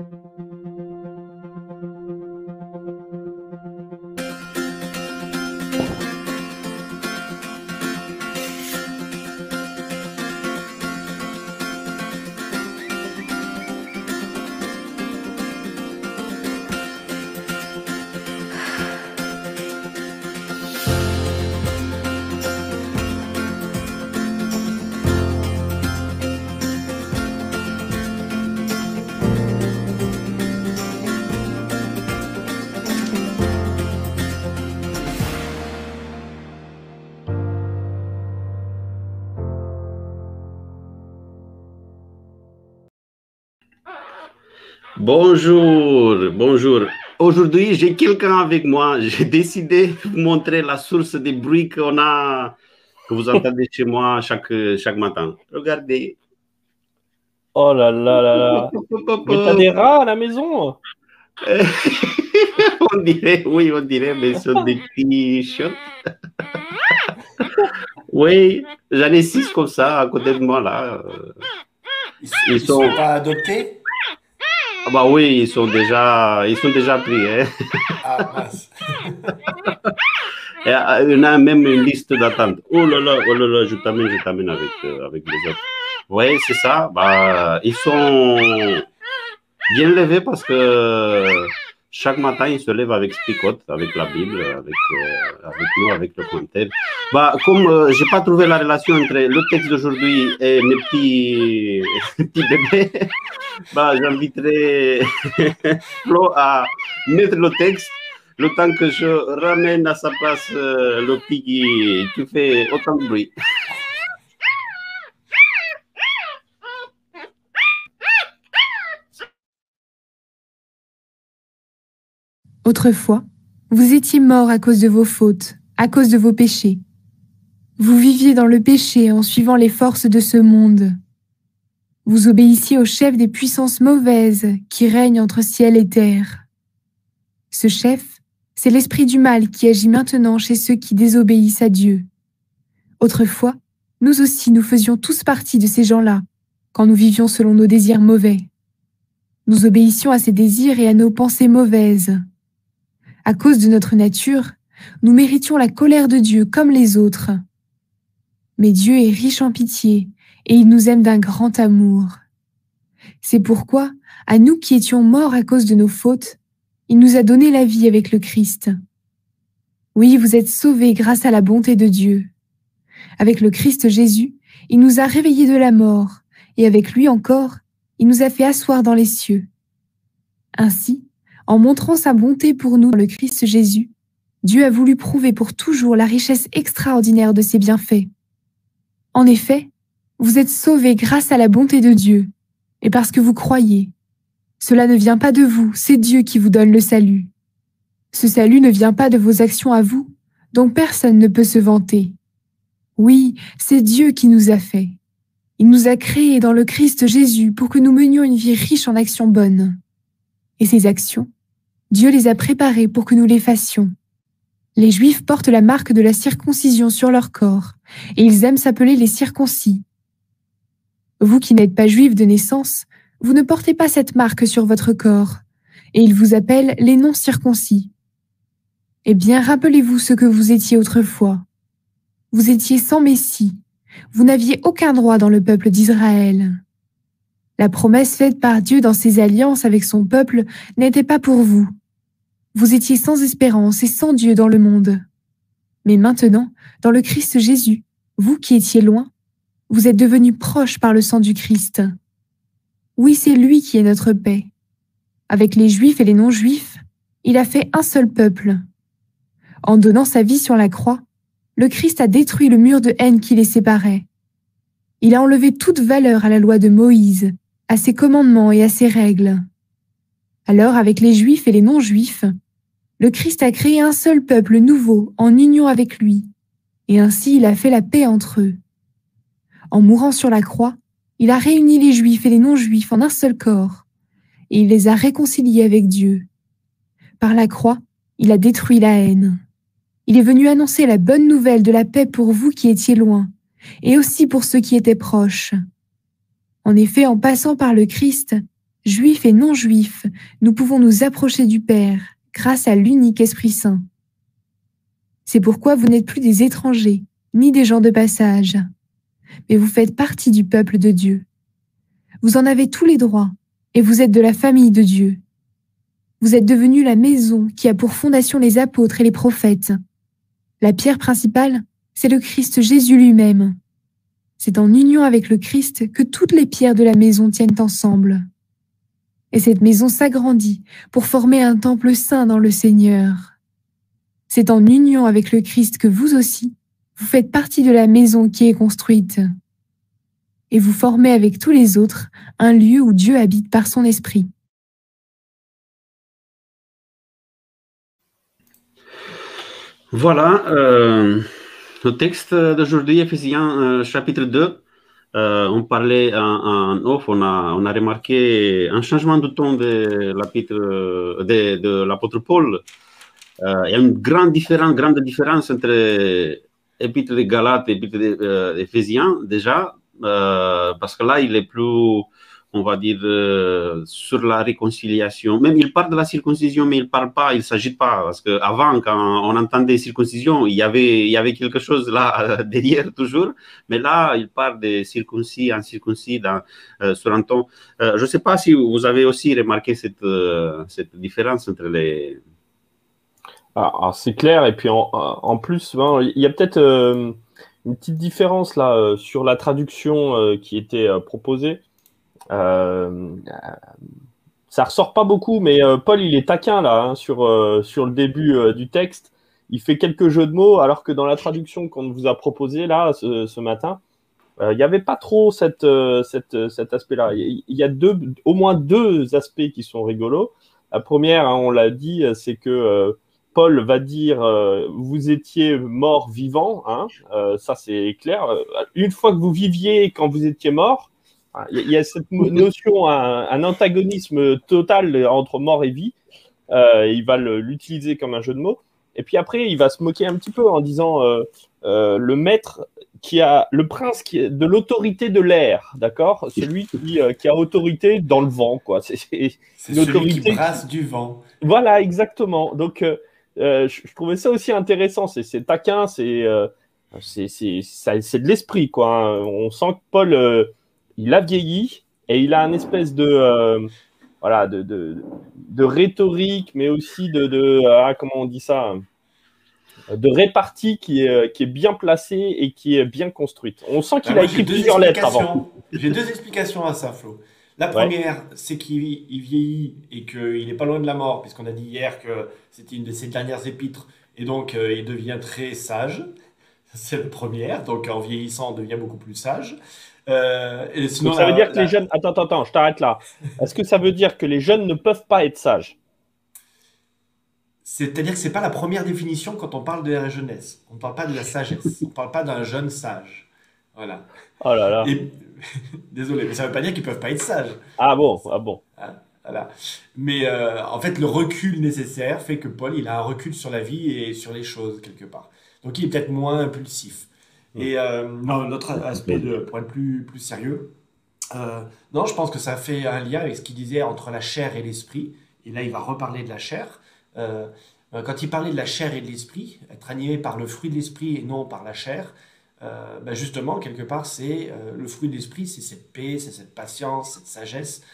Bonjour, bonjour. Aujourd'hui, j'ai quelqu'un avec moi. J'ai décidé de vous montrer la source des bruits que vous entendez chez moi chaque matin. Regardez. Oh là là là là. Mais t'as des rats à la maison? On dirait, oui, on dirait, mais ce sont des petits chiots. Oui, j'en ai 6 comme ça à côté de moi là. Ils sont pas adoptés? Ah bah oui, ils sont déjà pris. Hein. Ah, mince. Et, on a même une liste d'attente. Oh là là, je t'amène avec les autres. Oui, c'est ça. Bah, ils sont bien levés parce que chaque matin, ils se lèvent avec Spicot, avec la Bible, avec nous, avec le commentaire. Bah, comme j'ai pas trouvé la relation entre le texte d'aujourd'hui et mes petits bébés, bah, j'inviterai Flo à mettre le texte le temps que je ramène à sa place le petit qui fait autant de bruit. Autrefois, vous étiez morts à cause de vos fautes, à cause de vos péchés. Vous viviez dans le péché en suivant les forces de ce monde. Vous obéissiez au chef des puissances mauvaises qui règnent entre ciel et terre. Ce chef, c'est l'esprit du mal qui agit maintenant chez ceux qui désobéissent à Dieu. Autrefois, nous aussi nous faisions tous partie de ces gens-là, quand nous vivions selon nos désirs mauvais. Nous obéissions à ces désirs et à nos pensées mauvaises. À cause de notre nature, nous méritions la colère de Dieu comme les autres. Mais Dieu est riche en pitié et il nous aime d'un grand amour. C'est pourquoi, à nous qui étions morts à cause de nos fautes, il nous a donné la vie avec le Christ. Oui, vous êtes sauvés grâce à la bonté de Dieu. Avec le Christ Jésus, il nous a réveillés de la mort et avec lui encore, il nous a fait asseoir dans les cieux. Ainsi, en montrant sa bonté pour nous dans le Christ Jésus, Dieu a voulu prouver pour toujours la richesse extraordinaire de ses bienfaits. En effet, vous êtes sauvés grâce à la bonté de Dieu, et parce que vous croyez. Cela ne vient pas de vous, c'est Dieu qui vous donne le salut. Ce salut ne vient pas de vos actions à vous, donc personne ne peut se vanter. Oui, c'est Dieu qui nous a fait. Il nous a créés dans le Christ Jésus pour que nous menions une vie riche en actions bonnes. Et ces actions, Dieu les a préparées pour que nous les fassions. Les Juifs portent la marque de la circoncision sur leur corps, et ils aiment s'appeler les circoncis. Vous qui n'êtes pas Juifs de naissance, vous ne portez pas cette marque sur votre corps, et ils vous appellent les non-circoncis. Eh bien, rappelez-vous ce que vous étiez autrefois. Vous étiez sans Messie, vous n'aviez aucun droit dans le peuple d'Israël. La promesse faite par Dieu dans ses alliances avec son peuple n'était pas pour vous. Vous étiez sans espérance et sans Dieu dans le monde. Mais maintenant, dans le Christ Jésus, vous qui étiez loin, vous êtes devenus proches par le sang du Christ. Oui, c'est lui qui est notre paix. Avec les Juifs et les non-Juifs, il a fait un seul peuple. En donnant sa vie sur la croix, le Christ a détruit le mur de haine qui les séparait. Il a enlevé toute valeur à la loi de Moïse, à ses commandements et à ses règles. Alors, avec les Juifs et les non-Juifs, le Christ a créé un seul peuple nouveau en union avec lui, et ainsi il a fait la paix entre eux. En mourant sur la croix, il a réuni les Juifs et les non-Juifs en un seul corps, et il les a réconciliés avec Dieu. Par la croix, il a détruit la haine. Il est venu annoncer la bonne nouvelle de la paix pour vous qui étiez loin, et aussi pour ceux qui étaient proches. En effet, en passant par le Christ, Juifs et non-juifs, nous pouvons nous approcher du Père grâce à l'unique Esprit Saint. C'est pourquoi vous n'êtes plus des étrangers, ni des gens de passage, mais vous faites partie du peuple de Dieu. Vous en avez tous les droits, et vous êtes de la famille de Dieu. Vous êtes devenus la maison qui a pour fondation les apôtres et les prophètes. La pierre principale, c'est le Christ Jésus lui-même. C'est en union avec le Christ que toutes les pierres de la maison tiennent ensemble. Et cette maison s'agrandit pour former un temple saint dans le Seigneur. C'est en union avec le Christ que vous aussi, vous faites partie de la maison qui est construite. Et vous formez avec tous les autres un lieu où Dieu habite par son esprit. Voilà, le texte d'aujourd'hui, Ephésiens chapitre 2. On parlait en off, on a remarqué un changement de ton de l'apôtre Paul. Il y a une grande différence entre l'épître de Galates et l'épître d'Éphésiens, déjà, parce que là, il est plus, on va dire, sur la réconciliation. Même il parle de la circoncision, mais il parle pas, il s'agit pas, parce qu'avant, quand on entendait circoncision, il y avait quelque chose là derrière toujours, mais là, il parle de circoncis, incirconcis sur un ton. Je ne sais pas si vous avez aussi remarqué cette différence entre les... Alors, c'est clair, et puis en plus, ben, il y a peut-être une petite différence là sur la traduction qui était proposée. Ça ressort pas beaucoup, mais Paul, il est taquin là hein, sur le début du texte. Il fait quelques jeux de mots, alors que dans la traduction qu'on vous a proposée là ce matin, il n'y avait pas trop cet aspect-là. Il y a au moins deux aspects qui sont rigolos. La première, hein, on l'a dit, c'est que Paul va dire vous étiez mort vivant, hein, ça c'est clair. Une fois que vous viviez quand vous étiez mort, il y a cette notion, un antagonisme total entre mort et vie. Il va l'utiliser comme un jeu de mots. Et puis après, il va se moquer un petit peu en disant le maître le prince de l'autorité de l'air, d'accord? Celui qui a autorité dans le vent, quoi. C'est celui qui brasse du vent. Voilà, exactement. Donc, je trouvais ça aussi intéressant. C'est taquin, c'est de l'esprit, quoi. Hein. On sent que Paul, il a vieilli et il a une espèce de rhétorique, mais aussi comment on dit ça, de répartie qui est bien placée et qui est bien construite. On sent qu'il a écrit plusieurs lettres avant. J'ai deux explications à ça, Flo. La première, c'est qu'il vieillit et qu'il n'est pas loin de la mort, puisqu'on a dit hier que c'était une de ses dernières épîtres, et donc il devient très sage. C'est la première, donc en vieillissant, on devient beaucoup plus sage. Et sinon, donc ça veut dire que les jeunes... Attends, je t'arrête là. Est-ce que ça veut dire que les jeunes ne peuvent pas être sages? C'est-à-dire que ce n'est pas la première définition quand on parle de la jeunesse. On ne parle pas de la sagesse. On ne parle pas d'un jeune sage. Voilà. Oh là là. Désolé, mais ça ne veut pas dire qu'ils ne peuvent pas être sages. Ah bon. Voilà. Mais en fait, le recul nécessaire fait que Paul, il a un recul sur la vie et sur les choses, quelque part. Donc, il est peut-être moins impulsif. Et l'autre aspect, pour être plus sérieux, non, je pense que ça fait un lien avec ce qu'il disait entre la chair et l'esprit. Et là, il va reparler de la chair. Quand il parlait de la chair et de l'esprit, être animé par le fruit de l'esprit et non par la chair, justement, quelque part, c'est le fruit de l'esprit, c'est cette paix, c'est cette patience, cette sagesse.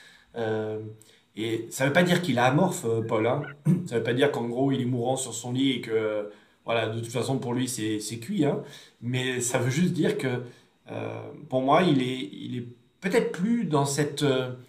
Et ça ne veut pas dire qu'il est amorphe, Paul. Hein. Ça ne veut pas dire qu'en gros, il est mourant sur son lit et que, voilà, de toute façon, pour lui, c'est cuit. Hein. Mais ça veut juste dire que, pour moi, il est peut-être plus dans cette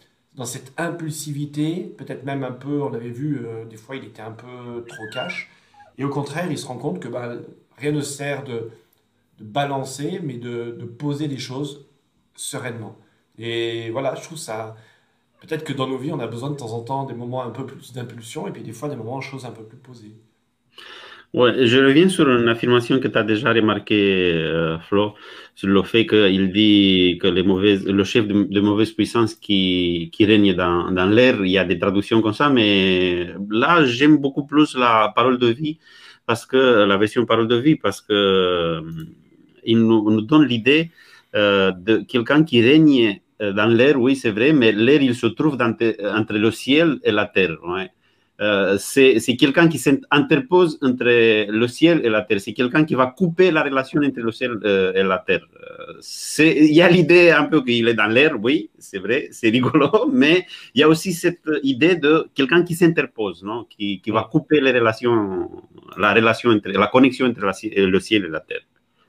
impulsivité, peut-être même un peu, on avait vu, des fois, il était un peu trop cash. Et au contraire, il se rend compte que rien ne sert de balancer, mais de poser les choses sereinement. Et voilà, je trouve ça... Peut-être que dans nos vies, on a besoin de temps en temps des moments un peu plus d'impulsion et puis des fois des moments de choses un peu plus posées. Ouais, je reviens sur une affirmation que tu as déjà remarqué, Flo, sur le fait qu'il dit que le chef de mauvaise puissance qui règne dans l'air, il y a des traductions comme ça, mais là, j'aime beaucoup plus la parole de vie, la version parole de vie, parce que il nous donne l'idée de quelqu'un qui règne dans l'air, oui, c'est vrai, mais l'air, il se trouve entre le ciel et la terre. Ouais. C'est quelqu'un qui s'interpose entre le ciel et la terre. C'est quelqu'un qui va couper la relation entre le ciel et la terre. Il y a l'idée un peu qu'il est dans l'air, oui, c'est vrai, c'est rigolo, mais il y a aussi cette idée de quelqu'un qui s'interpose, non, qui va couper la relation entre, la connexion entre le ciel et la terre.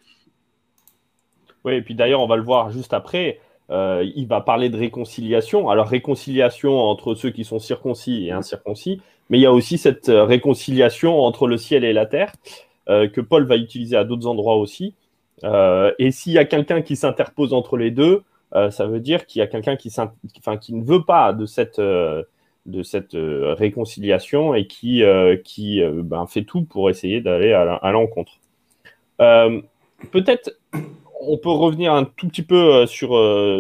Oui, et puis d'ailleurs, on va le voir juste après. Il va parler de réconciliation. Alors, réconciliation entre ceux qui sont circoncis et incirconcis, mais il y a aussi cette réconciliation entre le ciel et la terre que Paul va utiliser à d'autres endroits aussi. Et s'il y a quelqu'un qui s'interpose entre les deux, ça veut dire qu'il y a quelqu'un qui ne veut pas de cette réconciliation et qui fait tout pour essayer d'aller à l'encontre. Peut-être on peut revenir un tout petit peu sur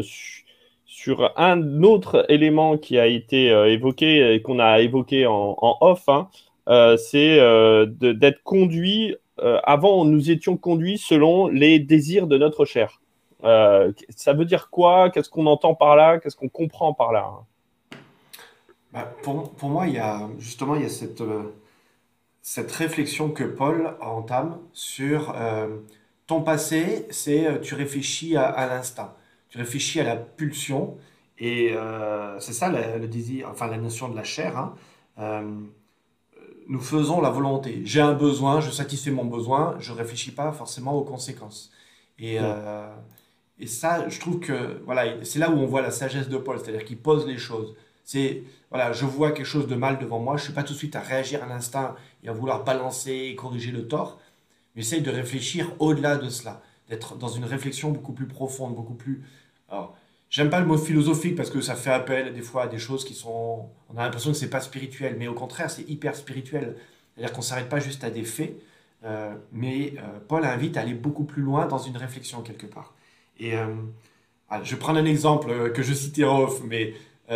un autre élément qui a été évoqué et qu'on a évoqué en off, hein, c'est d'être conduit. Avant, nous étions conduits selon les désirs de notre chair. Ça veut dire quoi? Qu'est-ce qu'on entend par là? Qu'est-ce qu'on comprend par là? Pour moi, il y a cette réflexion que Paul entame sur ton passé, c'est tu réfléchis à l'instinct, tu réfléchis à la pulsion, et c'est ça le désir, enfin la notion de la chair. Hein. Nous faisons la volonté. J'ai un besoin, je satisfais mon besoin, je réfléchis pas forcément aux conséquences. Et ça, je trouve que voilà, c'est là où on voit la sagesse de Paul, c'est-à-dire qu'il pose les choses. C'est voilà, je vois quelque chose de mal devant moi, je suis pas tout de suite à réagir à l'instinct et à vouloir balancer et corriger le tort. Mais essaye de réfléchir au-delà de cela, d'être dans une réflexion beaucoup plus profonde, beaucoup plus... Alors, j'aime pas le mot philosophique parce que ça fait appel des fois à des choses qui sont... On a l'impression que c'est pas spirituel, mais au contraire, c'est hyper spirituel. C'est-à-dire qu'on s'arrête pas juste à des faits, mais Paul invite à aller beaucoup plus loin dans une réflexion quelque part. Et je vais prendre un exemple que je citais en off, mais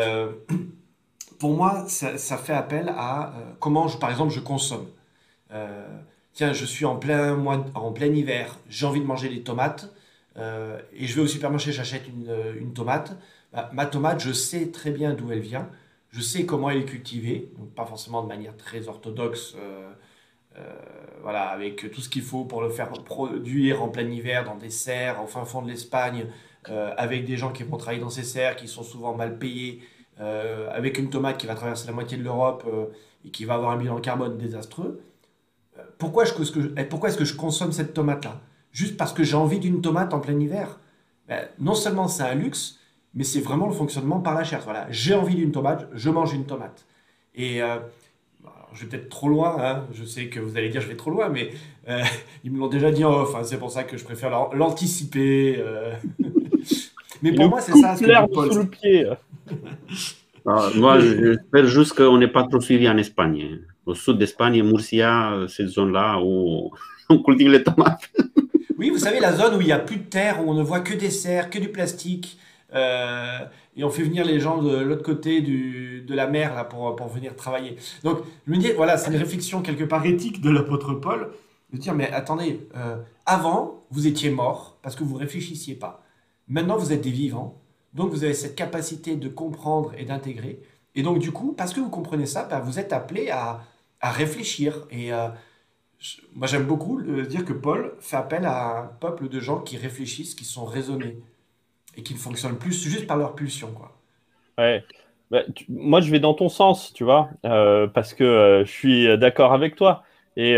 pour moi, ça fait appel à comment, par exemple, je consomme. Tiens, je suis en plein hiver, j'ai envie de manger des tomates, et je vais au supermarché, j'achète une tomate. Ma tomate, je sais très bien d'où elle vient, je sais comment elle est cultivée, donc pas forcément de manière très orthodoxe, voilà, avec tout ce qu'il faut pour le faire produire en plein hiver dans des serres au fin fond de l'Espagne, avec des gens qui vont travailler dans ces serres, qui sont souvent mal payés, avec une tomate qui va traverser la moitié de l'Europe et qui va avoir un bilan carbone désastreux. Pourquoi est-ce que je consomme cette tomate-là? Juste parce que j'ai envie d'une tomate en plein hiver? Non seulement c'est un luxe, mais c'est vraiment le fonctionnement par la chair. Voilà, j'ai envie d'une tomate, je mange une tomate. Et je vais peut-être trop loin, hein, je sais que vous allez dire je vais trop loin, mais ils me l'ont déjà dit en off, hein, c'est pour ça que je préfère l'anticiper. Mais pour moi, c'est ça ce que dit Paul. Sous le pied. Moi, j'espère juste qu'on n'est pas trop suivi en Espagne. Au sud d'Espagne, Murcia, cette zone-là où on cultive les tomates. Oui, vous savez, la zone où il n'y a plus de terre, où on ne voit que des serres, que du plastique, et on fait venir les gens de l'autre côté de la mer là, pour venir travailler. Donc, je me dis, voilà, c'est une réflexion quelque part éthique de l'apôtre Paul, de dire, mais attendez, avant, vous étiez mort parce que vous ne réfléchissiez pas. Maintenant, vous êtes des vivants, donc vous avez cette capacité de comprendre et d'intégrer. Et donc, du coup, parce que vous comprenez ça, vous êtes appelé à réfléchir. Et moi, j'aime beaucoup dire que Paul fait appel à un peuple de gens qui réfléchissent, qui sont raisonnés et qui ne fonctionnent plus juste par leur pulsion, quoi. Ouais. Moi, je vais dans ton sens, tu vois, parce que je suis d'accord avec toi. Et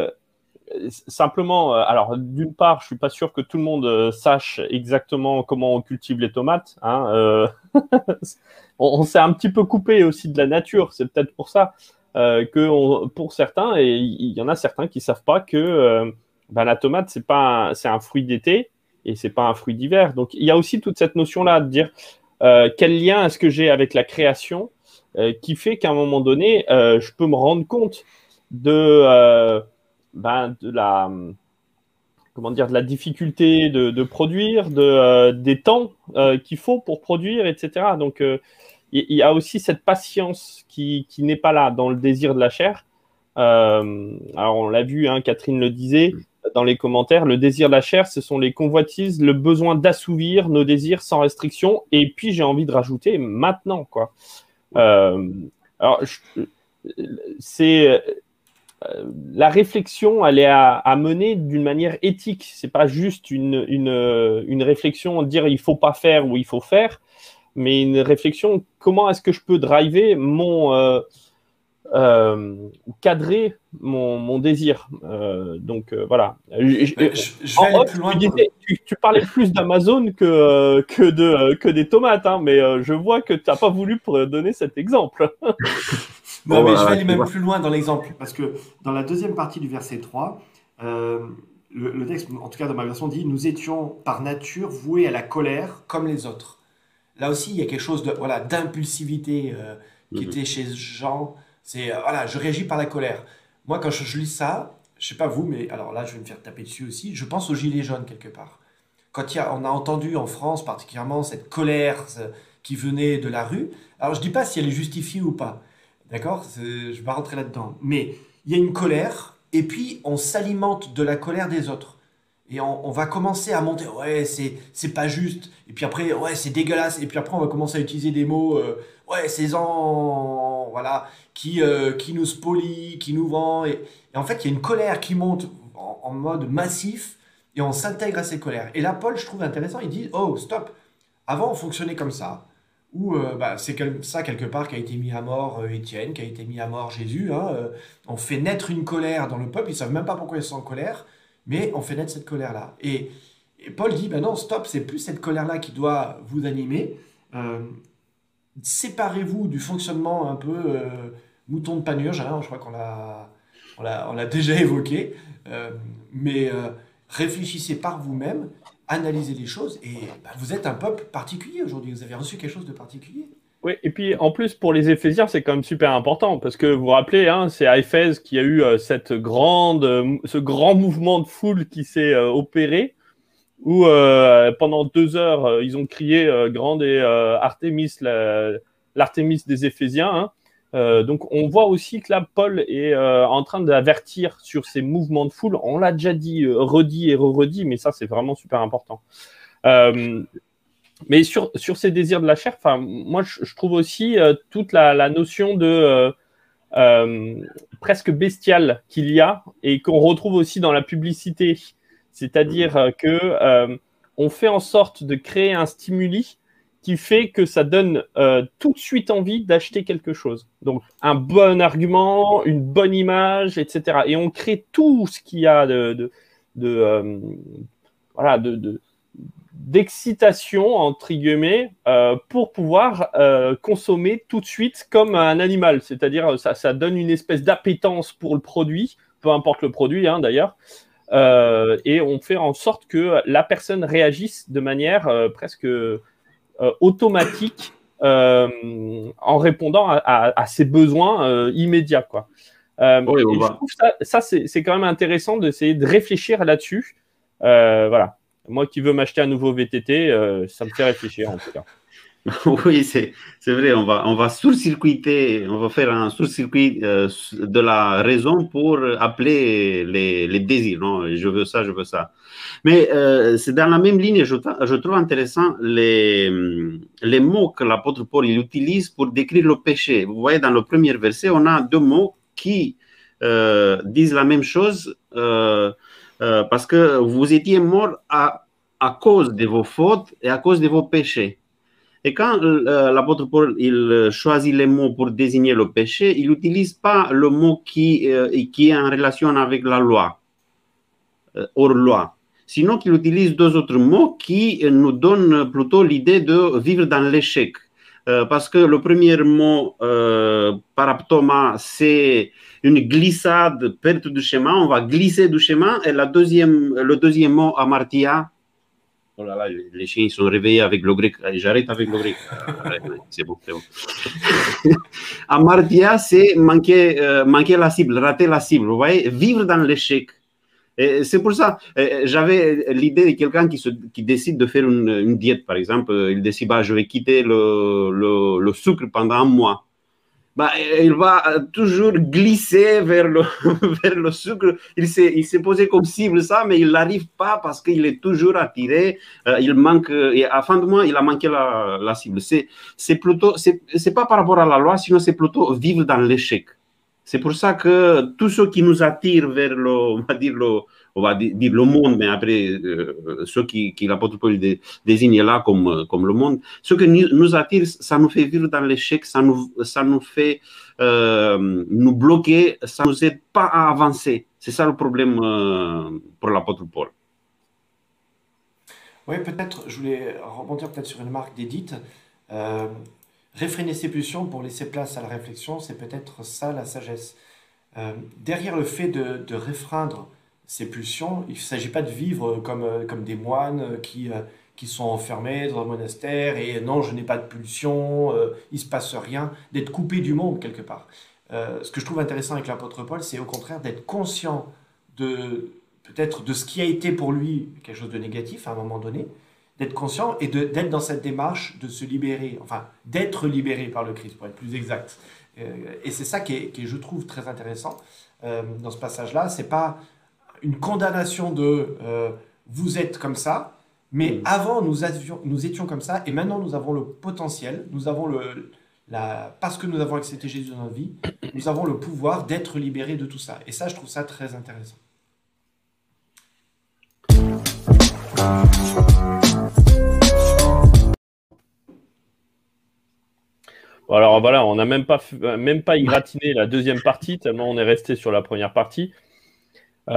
simplement, alors d'une part, je suis pas sûr que tout le monde sache exactement comment on cultive les tomates. Hein, on s'est un petit peu coupé aussi de la nature, c'est peut-être pour ça que pour certains, et il y en a certains qui savent pas que la tomate c'est un fruit d'été et c'est pas un fruit d'hiver. Donc il y a aussi toute cette notion-là de dire quel lien est-ce que j'ai avec la création qui fait qu'à un moment donné, je peux me rendre compte de la difficulté de produire, des temps qu'il faut pour produire, etc. Donc, il y a aussi cette patience qui n'est pas là dans le désir de la chair. Alors, on l'a vu, hein, Catherine le disait, dans les commentaires. Le désir de la chair, ce sont les convoitises, le besoin d'assouvir nos désirs sans restriction. Et puis, j'ai envie de rajouter maintenant, quoi. Alors, c'est la réflexion, elle est à mener d'une manière éthique. C'est pas juste une réflexion de dire il faut pas faire ou il faut faire, mais une réflexion comment est-ce que je peux driver cadrer mon désir. Donc voilà. Je vais aller plus loin. Tu parlais plus d'Amazon que des tomates, hein, mais je vois que tu n'as pas voulu donner cet exemple. Non, mais je vais aller même plus loin dans l'exemple, parce que dans la deuxième partie du verset 3, le texte, en tout cas dans ma version, dit « Nous étions par nature voués à la colère comme les autres ». Là aussi, il y a quelque chose d'impulsivité qui était chez Jean. C'est voilà, je réagis par la colère. Moi, quand je lis ça, je sais pas vous, mais alors là, je vais me faire taper dessus aussi. Je pense aux gilets jaunes quelque part. Quand on a entendu en France particulièrement cette colère qui venait de la rue. Alors, je dis pas si elle est justifiée ou pas, d'accord ? Je vais pas rentrer là-dedans. Mais il y a une colère, et puis on s'alimente de la colère des autres. Et on va commencer à monter, ouais, c'est pas juste. Et puis après, ouais, c'est dégueulasse. Et puis après, on va commencer à utiliser des mots, ouais, ces gens, voilà, qui nous spolient, qui nous vend. Et en fait, il y a une colère qui monte en mode massif et on s'intègre à ces colères. Et là, Paul, je trouve intéressant, il dit, oh, stop. Avant, on fonctionnait comme ça. Ou c'est comme ça, quelque part, qu'a été mis à mort Étienne, qu'a été mis à mort Jésus. Hein, on fait naître une colère dans le peuple. Ils ne savent même pas pourquoi ils sont en colère. Mais on fait naître cette colère-là. Et Paul dit, ben non, stop, c'est plus cette colère-là qui doit vous animer. Séparez-vous du fonctionnement un peu mouton de panurge, hein, je crois qu'on l'a déjà évoqué. Mais réfléchissez par vous-même, analysez les choses, et vous êtes un peuple particulier aujourd'hui. Vous avez reçu quelque chose de particulier. Oui, et puis en plus pour les Éphésiens, c'est quand même super important parce que vous vous rappelez, hein, c'est à Éphèse qu'il y a eu ce grand mouvement de foule qui s'est opéré où pendant 2 heures ils ont crié grande et Artémis, l'Artémis des Éphésiens. Hein. Donc on voit aussi que là Paul est en train d'avertir sur ces mouvements de foule. On l'a déjà dit, redit et redit, mais ça c'est vraiment super important. Mais sur ces désirs de la chair, moi je trouve aussi toute la notion de presque bestiale qu'il y a et qu'on retrouve aussi dans la publicité. C'est-à-dire que on fait en sorte de créer un stimuli qui fait que ça donne tout de suite envie d'acheter quelque chose. Donc un bon argument, une bonne image, etc. Et on crée tout ce qu'il y a d'excitation, entre guillemets, pour pouvoir consommer tout de suite comme un animal. C'est-à-dire, ça donne une espèce d'appétence pour le produit, peu importe le produit, hein, d'ailleurs, et on fait en sorte que la personne réagisse de manière presque automatique en répondant à ses besoins immédiats, quoi. Oui, je trouve ça c'est quand même intéressant d'essayer de réfléchir là-dessus. Voilà. Moi qui veux m'acheter un nouveau VTT, ça me fait réfléchir en tout cas. Oui, c'est vrai, on va sur-circuiter, on va faire un sur-circuit de la raison pour appeler les désirs. Non, je veux ça, je veux ça. Mais c'est dans la même ligne, je trouve intéressant les mots que l'apôtre Paul il utilise pour décrire le péché. Vous voyez, dans le premier verset, on a 2 mots qui disent la même chose. Parce que vous étiez morts à cause de vos fautes et à cause de vos péchés. Et quand l'apôtre Paul il choisit les mots pour désigner le péché, il n'utilise pas le mot qui est en relation avec la loi, hors loi. Sinon, qu'il utilise 2 autres mots qui nous donnent plutôt l'idée de vivre dans l'échec. Parce que le premier mot, paraptoma, c'est une glissade, perte du chemin, on va glisser du chemin. Et le deuxième mot, amartia, oh là là, les chiens sont réveillés avec le grec, j'arrête avec le grec, c'est bon, c'est bon. Amartia, c'est manquer la cible, rater la cible, vous voyez, vivre dans l'échec. Et c'est pour ça, j'avais l'idée de quelqu'un qui décide de faire une diète, par exemple. Il décide, je vais quitter le sucre pendant 1 mois. bah, il va toujours glisser vers le, vers le sucre. Il s'est posé comme cible ça, mais il n'arrive pas parce qu'il est toujours attiré. Il manque, et à fin de mois, il a manqué la cible. C'est plutôt, c'est pas par rapport à la loi, sinon c'est plutôt vivre dans l'échec. C'est pour ça que tous ceux qui nous attirent vers le, on va dire le monde, mais après, ceux qui l'apôtre Paul désigne là comme le monde, ce qui nous attire, ça nous fait vivre dans l'échec, ça nous fait nous bloquer, ça ne nous aide pas à avancer. C'est ça le problème pour l'apôtre Paul. Oui, peut-être, je voulais rebondir peut-être sur une remarque d'Édith. Réfréner ses pulsions pour laisser place à la réflexion, c'est peut-être ça la sagesse. Derrière le fait de réfreindre ses pulsions, il ne s'agit pas de vivre comme des moines qui sont enfermés dans un monastère et non, je n'ai pas de pulsion, il ne se passe rien, d'être coupé du monde quelque part. Ce que je trouve intéressant avec l'apôtre Paul, c'est au contraire d'être conscient peut-être de ce qui a été pour lui quelque chose de négatif à un moment donné, d'être conscient et d'être dans cette démarche de se libérer, enfin d'être libéré par le Christ, pour être plus exact. Et c'est ça qui est, je trouve, très intéressant dans ce passage-là. C'est pas une condamnation de vous êtes comme ça, mais avant nous étions comme ça, et maintenant nous avons le potentiel, nous avons parce que nous avons accepté Jésus dans notre vie, nous avons le pouvoir d'être libérés de tout ça. Et ça, je trouve ça très intéressant. Alors voilà, on n'a même pas égratigné la deuxième partie, tellement on est resté sur la première partie. Et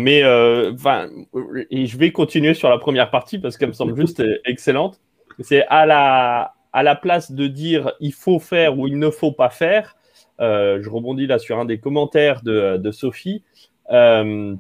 je vais continuer sur la première partie parce qu'elle me semble juste excellente. C'est à la place de dire il faut faire ou il ne faut pas faire. Je rebondis là sur un des commentaires de Sophie. Paul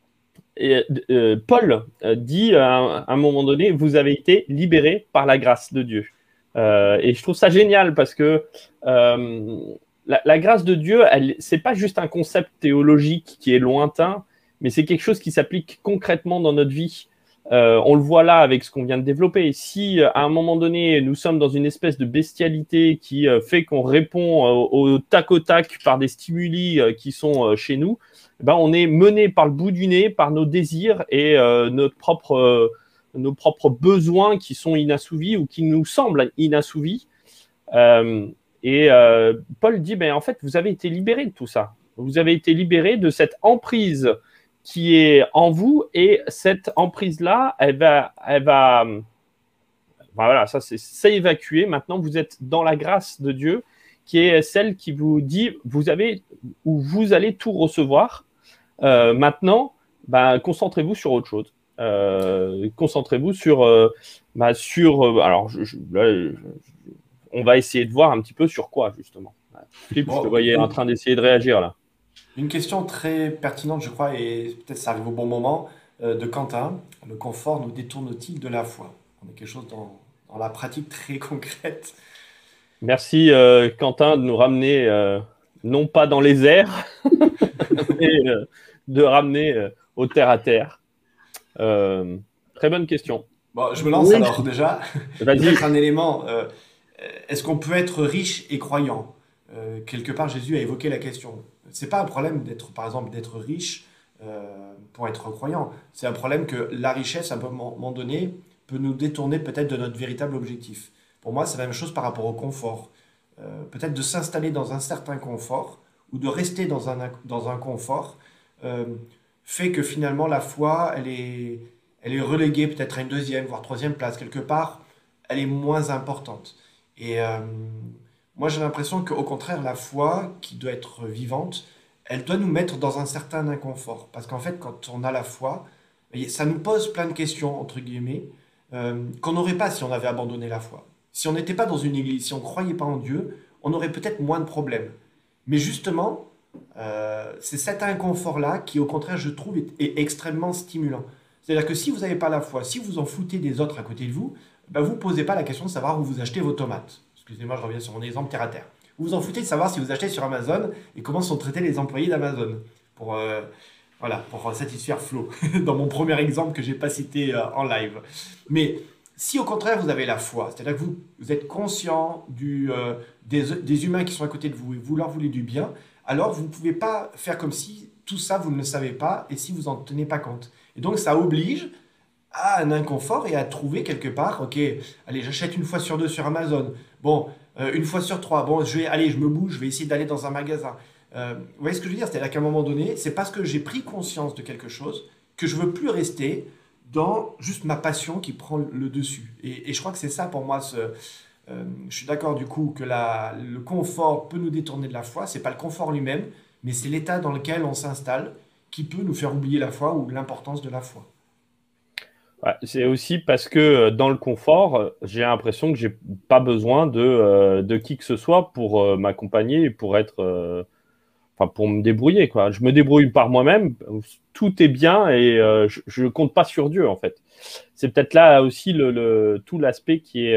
dit à un moment donné, vous avez été libérés par la grâce de Dieu. Et je trouve ça génial parce que la grâce de Dieu, c'est pas juste un concept théologique qui est lointain, mais c'est quelque chose qui s'applique concrètement dans notre vie. On le voit là avec ce qu'on vient de développer. Si à un moment donné, nous sommes dans une espèce de bestialité qui fait qu'on répond au tac au tac par des stimuli qui sont chez nous, ben on est mené par le bout du nez, par nos désirs et nos propres besoins qui sont inassouvis ou qui nous semblent inassouvis. Paul dit, en fait, vous avez été libérés de tout ça. Vous avez été libérés de cette emprise qui est en vous, et cette emprise-là, voilà, ça c'est évacué. Maintenant, vous êtes dans la grâce de Dieu, qui est celle qui vous dit, vous allez tout recevoir. Maintenant, concentrez-vous sur autre chose. Concentrez-vous sur alors on va essayer de voir un petit peu sur quoi justement. Philippe, je te voyais en train d'essayer de réagir là. Une question très pertinente, je crois, et peut-être ça arrive au bon moment, de Quentin. Le confort nous détourne-t-il de la foi? On est quelque chose dans la pratique très concrète. Merci Quentin de nous ramener non pas dans les airs, mais de ramener au terre à terre. Très bonne question. Bon, je me lance alors déjà. Peut-être un élément. Est-ce qu'on peut être riche et croyant? Quelque part, Jésus a évoqué la question. C'est pas un problème par exemple, d'être riche pour être croyant. C'est un problème que la richesse, à un moment donné, peut nous détourner peut-être de notre véritable objectif. Pour moi, c'est la même chose par rapport au confort. Peut-être de s'installer dans un certain confort ou de rester dans un confort fait que finalement la foi, elle est reléguée peut-être à une deuxième, voire troisième place. Quelque part, elle est moins importante. Et moi, j'ai l'impression qu'au contraire, la foi, qui doit être vivante, elle doit nous mettre dans un certain inconfort. Parce qu'en fait, quand on a la foi, ça nous pose plein de questions, entre guillemets, qu'on n'aurait pas si on avait abandonné la foi. Si on n'était pas dans une église, si on ne croyait pas en Dieu, on aurait peut-être moins de problèmes. Mais justement, c'est cet inconfort-là qui, au contraire, je trouve, est extrêmement stimulant. C'est-à-dire que si vous n'avez pas la foi, si vous en foutez des autres à côté de vous, vous ne posez pas la question de savoir où vous achetez vos tomates. Excusez-moi, je reviens sur mon exemple terre à terre. Vous vous en foutez de savoir si vous achetez sur Amazon et comment sont traités les employés d'Amazon pour satisfaire Flo, dans mon premier exemple que je n'ai pas cité en live. Mais Si au contraire vous avez la foi, c'est-à-dire que vous êtes conscient des humains qui sont à côté de vous et vous leur voulez du bien, alors vous ne pouvez pas faire comme si tout ça vous ne le savez pas et si vous n'en tenez pas compte. Et donc ça oblige à un inconfort et à trouver quelque part, ok, allez, j'achète une fois sur deux sur Amazon, bon, une fois sur trois, bon, je me bouge, je vais essayer d'aller dans un magasin. Vous voyez ce que je veux dire? C'est-à-dire qu'à un moment donné, c'est parce que j'ai pris conscience de quelque chose que je veux plus rester dans juste ma passion qui prend le dessus. Et je crois que c'est ça pour moi, je suis d'accord du coup que le confort peut nous détourner de la foi, c'est pas le confort lui-même, mais c'est l'état dans lequel on s'installe qui peut nous faire oublier la foi ou l'importance de la foi. Ouais, c'est aussi parce que dans le confort, j'ai l'impression que j'ai pas besoin de qui que ce soit pour m'accompagner et pour être, pour me débrouiller, quoi. Je me débrouille par moi-même, tout est bien et je compte pas sur Dieu en fait. C'est peut-être là aussi tout l'aspect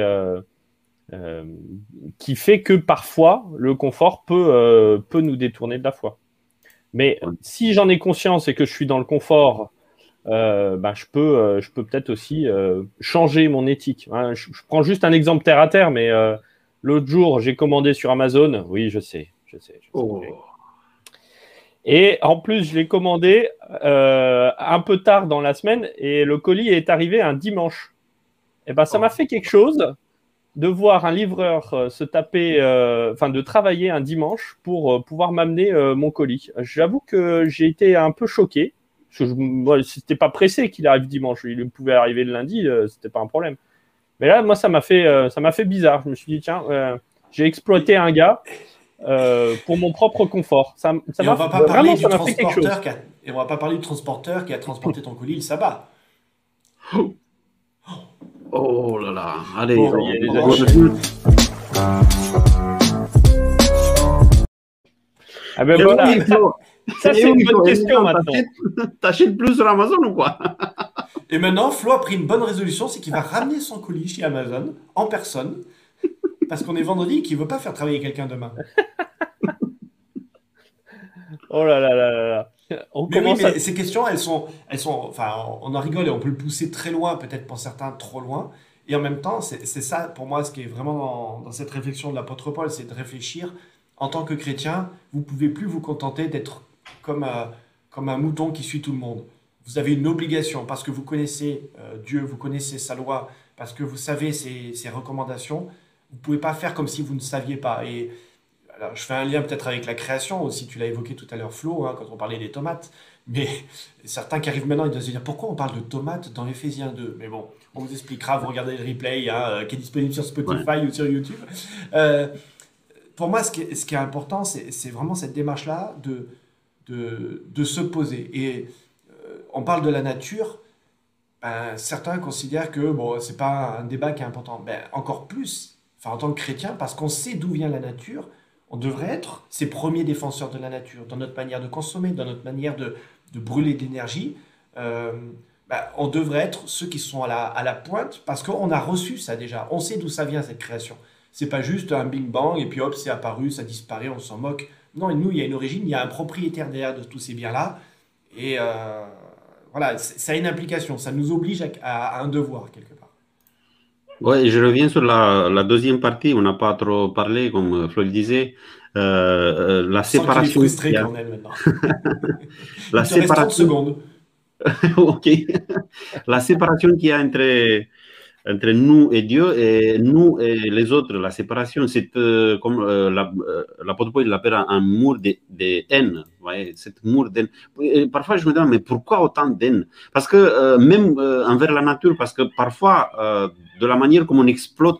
qui fait que parfois le confort peut nous détourner de la foi. Mais si j'en ai conscience et que je suis dans le confort, je peux peut-être aussi changer mon éthique. Hein, je prends juste un exemple terre à terre, mais l'autre jour, j'ai commandé sur Amazon. Oui, je sais. Oh. Et en plus, je l'ai commandé un peu tard dans la semaine et le colis est arrivé un dimanche. Et ça m'a fait quelque chose de voir un livreur se taper, de travailler un dimanche pour pouvoir m'amener mon colis. J'avoue que j'ai été un peu choqué. Parce que c'était pas pressé qu'il arrive dimanche. Il pouvait arriver le lundi, c'était pas un problème. Mais là, moi, ça m'a fait bizarre. Je me suis dit, tiens, j'ai exploité un gars pour mon propre confort. Et on va pas parler du transporteur et on va pas parler du transporteur qui a transporté ton colis le sabbat. Oh là là. Allez, Bon, les Ah ben voilà. Ça, c'est une bonne question maintenant. T'achètes plus sur Amazon ou quoi? Et maintenant, Flo a pris une bonne résolution, c'est qu'il va ramener son colis chez Amazon en personne, parce qu'on est vendredi et qu'il ne veut pas faire travailler quelqu'un demain. Oh là là là là. Mais ces questions, elles sont, on en rigole et on peut le pousser très loin, peut-être pour certains trop loin. Et en même temps, c'est ça pour moi ce qui est vraiment dans cette réflexion de l'apôtre Paul, c'est de réfléchir. En tant que chrétien, vous ne pouvez plus vous contenter d'être comme un mouton qui suit tout le monde. Vous avez une obligation parce que vous connaissez Dieu, vous connaissez sa loi, parce que vous savez ses recommandations. Vous ne pouvez pas faire comme si vous ne saviez pas. Et alors, je fais un lien peut-être avec la création aussi, tu l'as évoqué tout à l'heure Flo, quand on parlait des tomates. Mais certains qui arrivent maintenant, ils doivent se dire pourquoi on parle de tomates dans Éphésiens 2. Mais bon, on vous expliquera, vous regardez le replay qui est disponible sur Spotify ou sur YouTube. Pour moi, ce qui est important, c'est vraiment cette démarche-là de se poser. Et on parle de la nature, certains considèrent que ce n'est pas un débat qui est important. Encore plus, en tant que chrétien, parce qu'on sait d'où vient la nature, on devrait être ces premiers défenseurs de la nature, dans notre manière de consommer, dans notre manière de brûler d'énergie. On devrait être ceux qui sont à la pointe, parce qu'on a reçu ça déjà. On sait d'où ça vient, cette création. C'est pas juste un bing bang et puis hop, c'est apparu, ça disparaît, on s'en moque. Non, nous, il y a une origine, il y a un propriétaire derrière de tous ces biens-là. Et voilà, ça a une implication, ça nous oblige à un devoir quelque part. Oui, je reviens sur la deuxième partie, on n'a pas trop parlé, comme Flo le disait. La séparation. Je sens qu'il est frustré quand même maintenant. La Il te reste 30 secondes. Ok. La séparation qu'il y a entre nous et Dieu et nous et les autres, la séparation, c'est comme l'apôtre Paul l'appelle un mur de haine. Ouais, cette mur d'haine. Parfois, je me demande, mais pourquoi autant d'haine? Parce que même envers la nature, parce que parfois, de la manière comme on exploite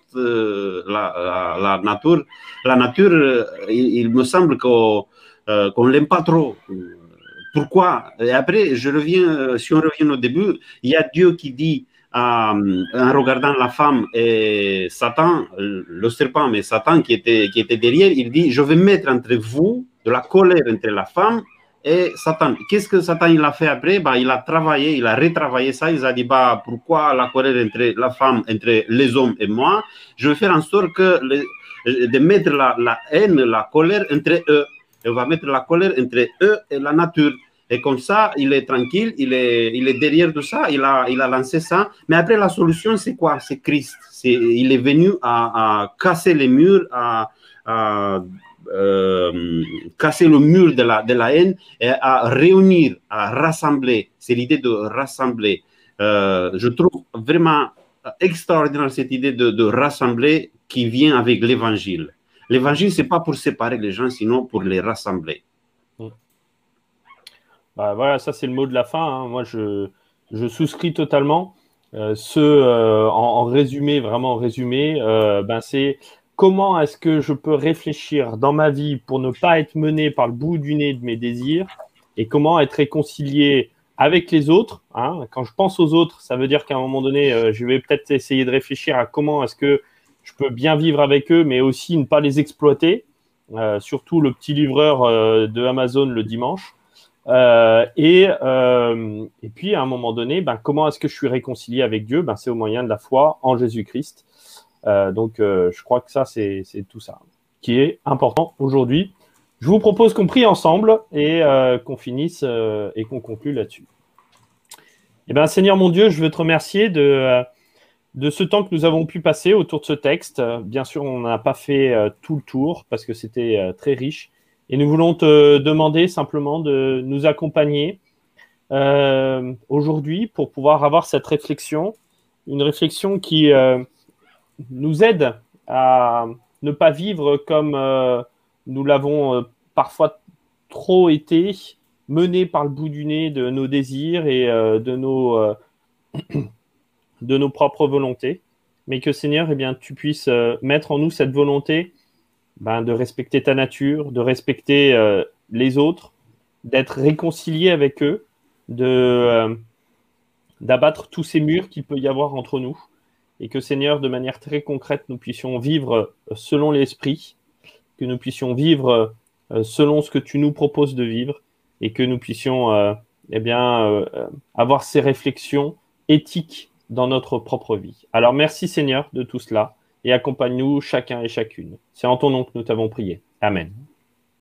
la nature, il me semble qu'on ne l'aime pas trop. Pourquoi? Et après, si on revient au début, il y a Dieu qui dit, en regardant la femme et Satan, le serpent, mais Satan qui était derrière, il dit, je vais mettre entre vous de la colère entre la femme et Satan. Qu'est-ce que Satan il a fait après? Il a travaillé, il a retravaillé ça, il a dit, pourquoi la colère entre la femme, entre les hommes et moi? Je vais faire en sorte de mettre la haine, la colère entre eux. On va mettre la colère entre eux et la nature. Et comme ça, il est tranquille, il est derrière tout ça, il a lancé ça. Mais après, la solution, c'est quoi? C'est Christ. Il est venu à casser les murs, à casser le mur de la haine et à réunir, à rassembler. C'est l'idée de rassembler. Je trouve vraiment extraordinaire cette idée de rassembler qui vient avec l'évangile. L'évangile, ce n'est pas pour séparer les gens, sinon pour les rassembler. Bah, voilà, ça c'est le mot de la fin. Hein. Moi, je souscris totalement. En résumé, vraiment en résumé, c'est comment est-ce que je peux réfléchir dans ma vie pour ne pas être mené par le bout du nez de mes désirs et comment être réconcilié avec les autres. Hein. Quand je pense aux autres, ça veut dire qu'à un moment donné, je vais peut-être essayer de réfléchir à comment est-ce que je peux bien vivre avec eux, mais aussi ne pas les exploiter. Surtout le petit livreur de Amazon le dimanche. Et puis, à un moment donné, comment est-ce que je suis réconcilié avec Dieu? C'est au moyen de la foi en Jésus-Christ. Donc, je crois que ça, c'est tout ça qui est important aujourd'hui. Je vous propose qu'on prie ensemble et qu'on finisse et qu'on conclue là-dessus. Eh bien, Seigneur mon Dieu, je veux te remercier de ce temps que nous avons pu passer autour de ce texte. Bien sûr, on n'a pas fait tout le tour parce que c'était très riche. Et nous voulons te demander simplement de nous accompagner aujourd'hui pour pouvoir avoir cette réflexion, une réflexion qui nous aide à ne pas vivre comme nous l'avons parfois trop été, menés par le bout du nez de nos désirs et de nos propres volontés, mais que Seigneur, tu puisses mettre en nous cette volonté de respecter ta nature, de respecter les autres, d'être réconcilié avec eux, d'abattre tous ces murs qu'il peut y avoir entre nous, et que Seigneur, de manière très concrète, nous puissions vivre selon l'Esprit, que nous puissions vivre selon ce que tu nous proposes de vivre, et que nous puissions avoir ces réflexions éthiques dans notre propre vie. Alors merci Seigneur de tout cela, et accompagne-nous chacun et chacune. C'est en ton nom que nous t'avons prié. Amen.